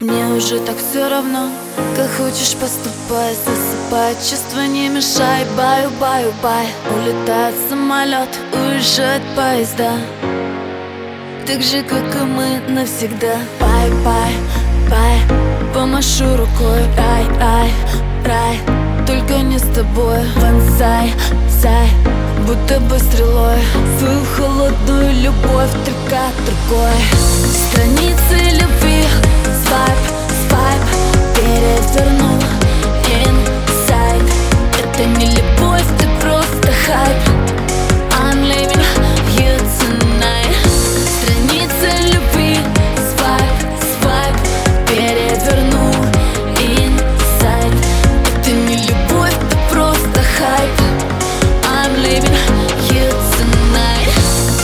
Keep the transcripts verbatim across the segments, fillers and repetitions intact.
Мне уже так все равно, как хочешь поступай. Засыпай, чувства не мешай. Баю, баю, бай. Улетает самолет, уезжает поезда, так же, как и мы навсегда. Бай, бай, бай. Помашу рукой. Рай, рай, рай. Только не с тобой. Ванзай, зай. Будто бы стрелой свою холодную любовь только другой страницы любви. Свайп, свайп, перевернул инсайд. Это не любовь, ты просто хайп. I'm leaving you tonight. Страницы любви. Свайп, свайп, перевернул инсайд. Это не любовь, ты просто хайп. I'm leaving you tonight.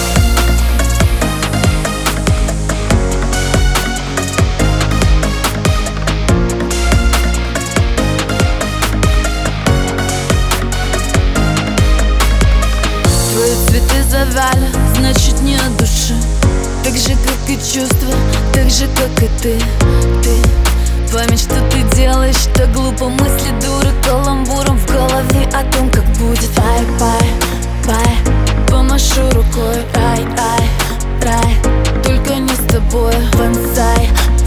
Твои цветы завяли, значит не от души. Так же, как и чувства, так же, как и ты. Ты, память, что ты делаешь, так глупо. Мысли дуры каламбуром в голове о том, как будет. Бай, бай, бай. Помашу рукой. Рай, рай, рай. Только не с тобой. Ванзай,